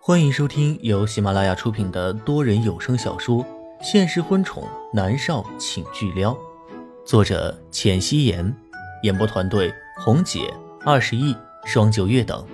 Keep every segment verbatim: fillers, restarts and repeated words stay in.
欢迎收听由喜马拉雅出品的多人有声小说《现实婚宠男少请巨撩》，作者浅汐颜，演播团队红姐、二十亿、双九月等。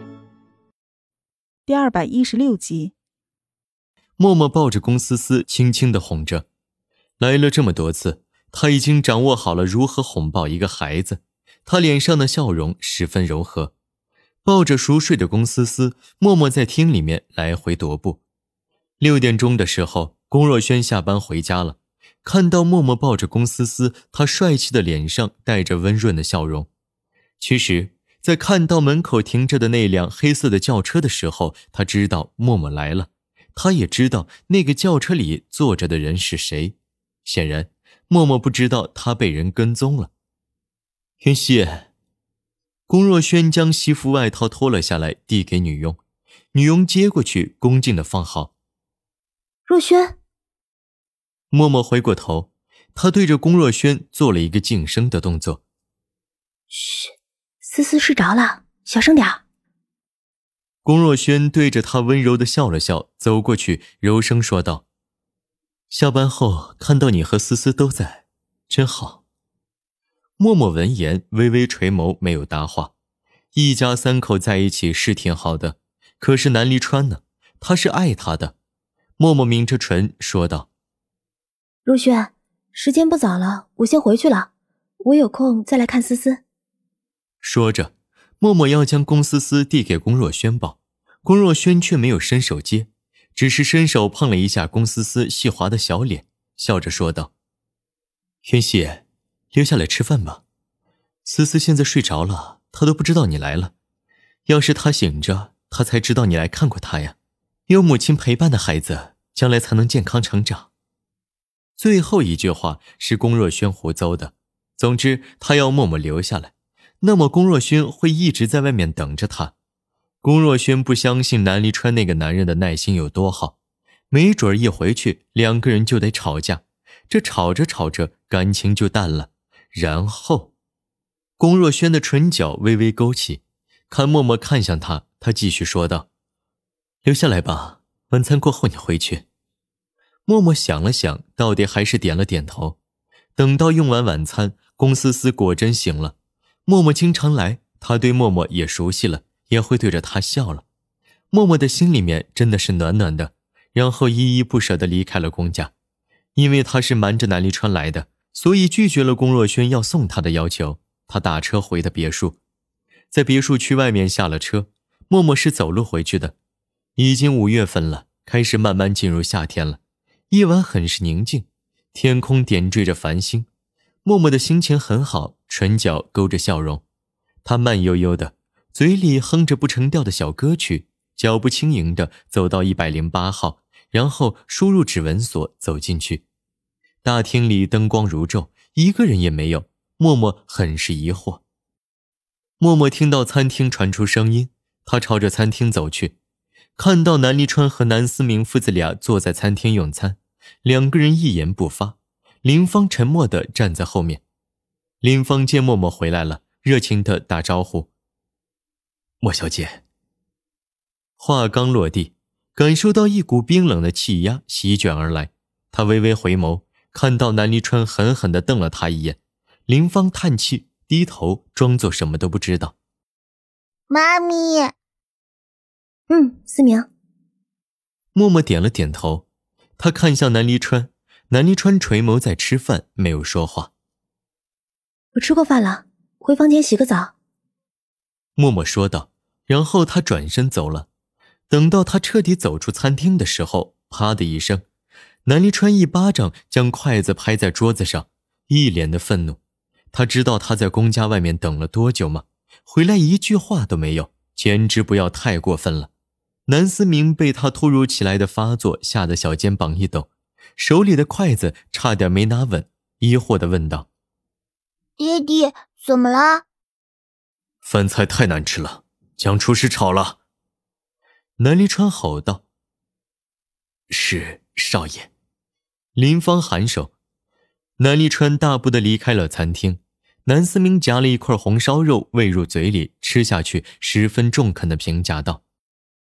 第二百一十六集。 默默抱着龚思思轻轻地哄着，来了这么多次，他已经掌握好了如何哄抱一个孩子，他脸上的笑容十分柔和。抱着熟睡的龚思思，默默在厅里面来回踱步。六点钟的时候，龚若轩下班回家了，看到默默抱着龚思思，他帅气的脸上带着温润的笑容。其实在看到门口停着的那辆黑色的轿车的时候，他知道默默来了，他也知道那个轿车里坐着的人是谁。显然默默不知道他被人跟踪了。云溪，龚若轩将西服外套脱了下来，递给女佣，女佣接过去，恭敬地放好。 若轩。 默默回过头，他对着龚若轩做了一个噤声的动作。 嘘，思思睡着了，小声点儿。 龚若轩对着他温柔地笑了笑，走过去柔声说道：下班后看到你和思思都在，真好。默默闻言微微垂眸，没有答话。一家三口在一起是挺好的，可是南离川呢？他是爱他的。默默抿着唇说道： 若轩，时间不早了，我先回去了，我有空再来看思思。 说着，默默要将龚思思递给龚若轩抱，龚若轩却没有伸手接，只是伸手碰了一下龚思思细滑的小脸，笑着说道：云溪，留下来吃饭吧。思思现在睡着了，她都不知道你来了。要是她醒着，她才知道你来看过她呀。有母亲陪伴的孩子，将来才能健康成长。最后一句话是龚若轩胡诌的。总之，他要默默留下来，那么龚若轩会一直在外面等着他。龚若轩不相信南离川那个男人的耐心有多好，没准一回去，两个人就得吵架，这吵着吵着，感情就淡了。然后龚若轩的唇角微微勾起，看默默看向他，他继续说道：留下来吧，晚餐过后你回去。默默想了想，到底还是点了点头。等到用完晚餐，龚思思果真醒了。默默经常来，他对默默也熟悉了，也会对着他笑了。默默的心里面真的是暖暖的，然后依依不舍地离开了龚家。因为他是瞒着南离川来的，所以拒绝了龚若轩要送他的要求。他打车回的别墅，在别墅区外面下了车，默默是走路回去的。已经五月份了，开始慢慢进入夏天了。夜晚很是宁静，天空点缀着繁星。默默的心情很好，唇角勾着笑容。他慢悠悠的，嘴里哼着不成调的小歌曲，脚步轻盈地走到一百零八号，然后输入指纹锁走进去。大厅里灯光如昼，一个人也没有。默默很是疑惑。默默听到餐厅传出声音，他朝着餐厅走去，看到南离川和南思明父子俩坐在餐厅用餐，两个人一言不发。林芳沉默地站在后面。林芳见默默回来了，热情地打招呼：莫小姐。话刚落地，感受到一股冰冷的气压席卷而来，他微微回眸，看到南离川狠狠地瞪了他一眼。林芳叹气，低头装作什么都不知道。 妈咪。 嗯，思明。 默默点了点头，他看向南离川，南离川垂眸在吃饭，没有说话。 我吃过饭了，回房间洗个澡。 默默说道，然后他转身走了。等到他彻底走出餐厅的时候，啪的一声，南离川一巴掌将筷子拍在桌子上，一脸的愤怒。他知道他在龚家外面等了多久吗？回来一句话都没有，简直不要太过分了。南思明被他突如其来的发作吓得小肩膀一抖，手里的筷子差点没拿稳，疑惑地问道： 爹地，怎么了？ 饭菜太难吃了，将厨师炒了。南离川吼道：是，少爷。林芳颔首。南离川大步地离开了餐厅。南思明夹了一块红烧肉喂入嘴里，吃下去十分中肯地评价道：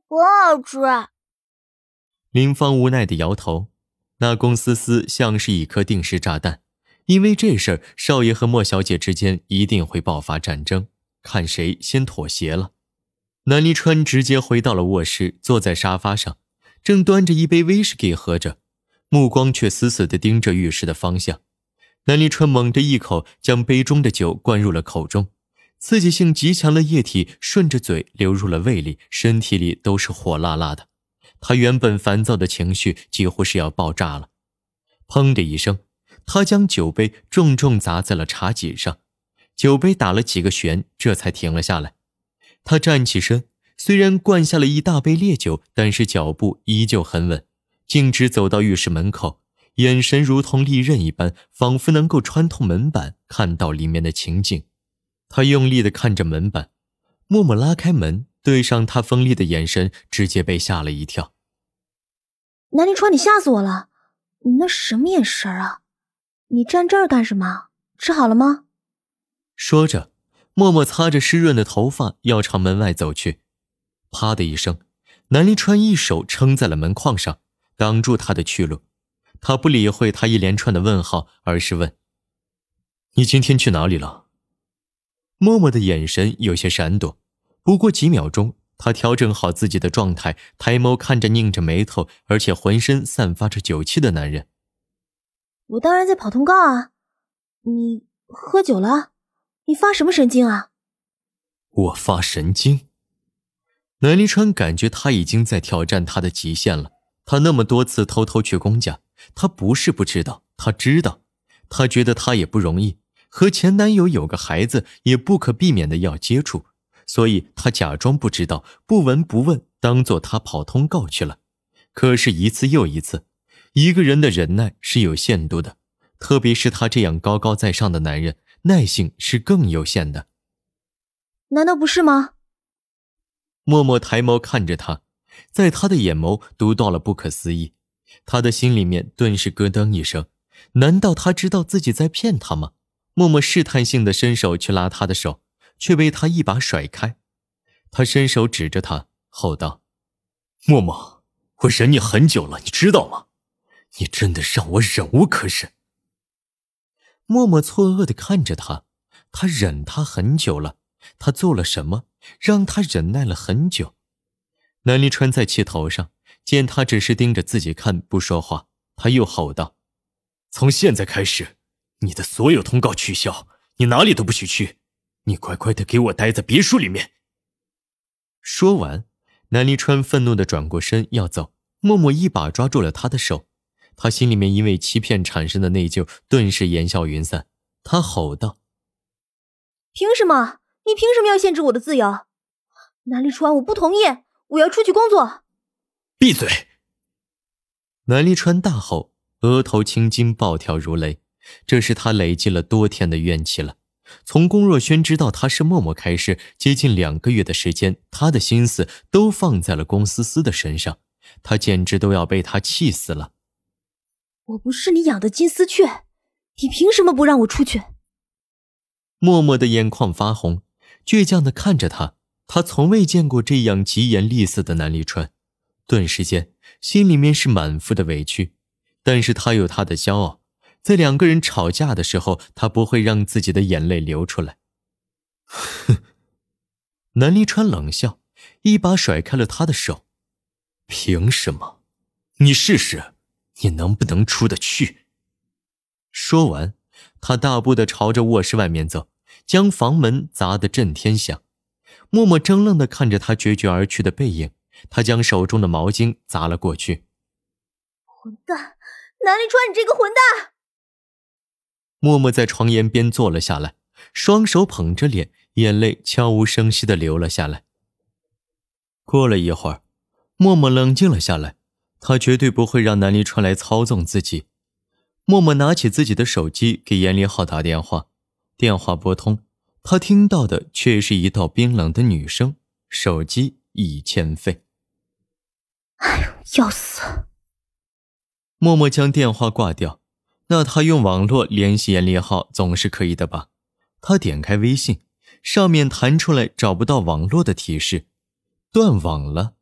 很好吃。 林芳无奈地摇头，那龚思思像是一颗定时炸弹，因为这事儿，少爷和莫小姐之间一定会爆发战争，看谁先妥协了。南离川直接回到了卧室，坐在沙发上，正端着一杯威士忌喝着，目光却死死地盯着浴室的方向。南离川猛地一口将杯中的酒灌入了口中，刺激性极强的液体顺着嘴流入了胃里，身体里都是火辣辣的。他原本烦躁的情绪几乎是要爆炸了。砰的一声，他将酒杯重重砸在了茶几上，酒杯打了几个旋，这才停了下来。他站起身，虽然灌下了一大杯烈酒，但是脚步依旧很稳，径直走到浴室门口，眼神如同利刃一般，仿佛能够穿透门板，看到里面的情景。他用力地看着门板，默默拉开门，对上他锋利的眼神，直接被吓了一跳。 南离川，你吓死我了！你那什么眼神啊？你站这儿干什么？吃好了吗？ 说着，默默擦着湿润的头发，要朝门外走去。啪的一声，南离川一手撑在了门框上，挡住他的去路。他不理会他一连串的问号，而是问：你今天去哪里了？默默的眼神有些闪躲，不过几秒钟，他调整好自己的状态，抬眸看着拧着眉头而且浑身散发着酒气的男人。 我当然在跑通告啊！你喝酒了？你发什么神经啊？ 我发神经？南离川感觉他已经在挑战他的极限了。他那么多次偷偷去公家，他不是不知道，他知道。他觉得他也不容易，和前男友有个孩子，也不可避免的要接触，所以他假装不知道，不闻不问，当作他跑通告去了。可是一次又一次，一个人的忍耐是有限度的，特别是他这样高高在上的男人，耐性是更有限的。 难道不是吗？ 默默抬眸看着他，在他的眼眸读到了不可思议，他的心里面顿时咯噔一声，难道他知道自己在骗他吗？默默试探性的伸手去拉他的手，却被他一把甩开。他伸手指着他，吼道：默默，我忍你很久了，你知道吗？你真的让我忍无可忍。默默错愕地看着他，他忍他很久了，他做了什么让他忍耐了很久？南离川在气头上，见他只是盯着自己看不说话，他又吼道：从现在开始，你的所有通告取消，你哪里都不许去，你乖乖地给我待在别墅里面。说完，南离川愤怒地转过身要走，默默一把抓住了他的手。他心里面因为欺骗产生的内疚顿时烟消云散，他吼道： 凭什么？你凭什么要限制我的自由？南离川，我不同意，我要出去工作。 闭嘴！南离川大吼，额头青筋暴跳如雷，这是他累积了多天的怨气了。从龚若轩知道他是默默开始，接近两个月的时间，他的心思都放在了龚思思的身上，他简直都要被他气死了。 我不是你养的金丝雀，你凭什么不让我出去？ 默默的眼眶发红，倔强地看着他，他从未见过这样疾言厉色的南离川，顿时间心里面是满腹的委屈，但是他有他的骄傲，在两个人吵架的时候，他不会让自己的眼泪流出来。哼！南离川冷笑，一把甩开了他的手。凭什么？你试试，你能不能出得去？说完，他大步地朝着卧室外面走，将房门砸得震天响。默默怔愣地看着他决绝而去的背影，他将手中的毛巾砸了过去。 混蛋！南离川，你这个混蛋！ 默默在床沿边坐了下来，双手捧着脸，眼泪悄无声息地流了下来。过了一会儿，默默冷静了下来，他绝对不会让南离川来操纵自己。默默拿起自己的手机给严立浩打电话，电话拨通，他听到的却是一道冰冷的女声，手机已欠费。 哎呦，要死！ 默默将电话挂掉，那他用网络联系严立浩总是可以的吧？他点开微信，上面弹出来找不到网络的提示，断网了。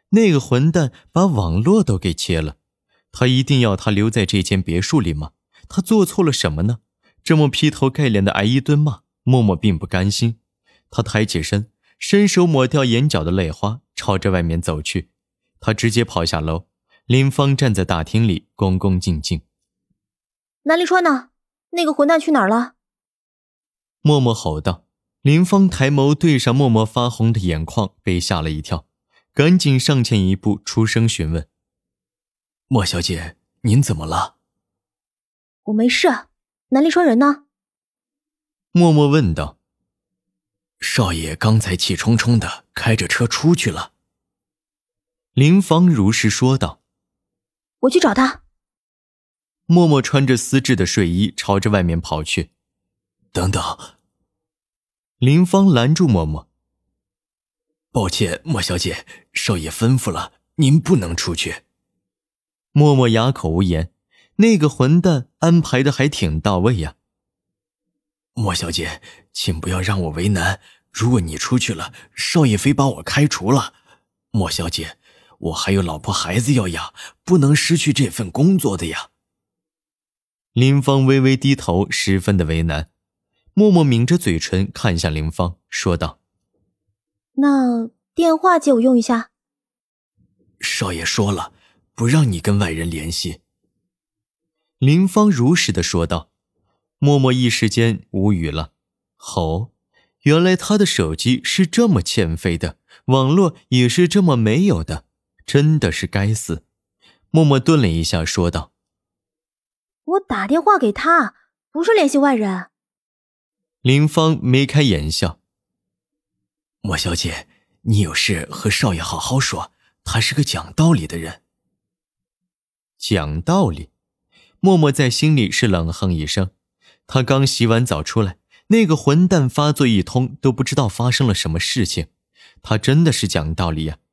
那个混蛋把网络都给切了，他一定要他留在这间别墅里吗？他做错了什么呢？这么劈头盖脸的挨一顿骂，默默并不甘心。他抬起身，伸手抹掉眼角的泪花，朝着外面走去。他直接跑下楼，林芳站在大厅里恭恭敬敬。 南离川呢？那个混蛋去哪儿了？ 默默吼道。林芳抬眸对上默默发红的眼眶，被吓了一跳，赶紧上前一步出声询问：莫小姐，您怎么了？ 我没事。南离川人呢？ 默默问道。少爷刚才气冲冲的开着车出去了。林芳如实说道。 我去找他。 默默穿着丝质的睡衣朝着外面跑去。等等。林芳拦住默默。抱歉，莫小姐，少爷吩咐了，您不能出去。默默哑口无言，那个混蛋安排的还挺到位呀。莫小姐，请不要让我为难，如果你出去了，少爷非把我开除了。莫小姐，我还有老婆孩子要养，不能失去这份工作的呀。林芳微微低头，十分的为难。默默抿着嘴唇看向林芳，说道： 那电话借我用一下。 少爷说了，不让你跟外人联系。林芳如实的说道。默默一时间无语了。吼，原来他的手机是这么欠费的，网络也是这么没有的，真的是该死。默默顿了一下说道： 我打电话给他，不是联系外人。 林芳眉开眼笑。莫小姐，你有事和少爷好好说，他是个讲道理的人。讲道理？默默在心里是冷哼一声。他刚洗完澡出来，那个混蛋发作一通，都不知道发生了什么事情。他真的是讲道理呀。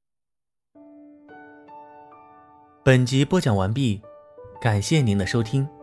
本集播讲完毕，感谢您的收听。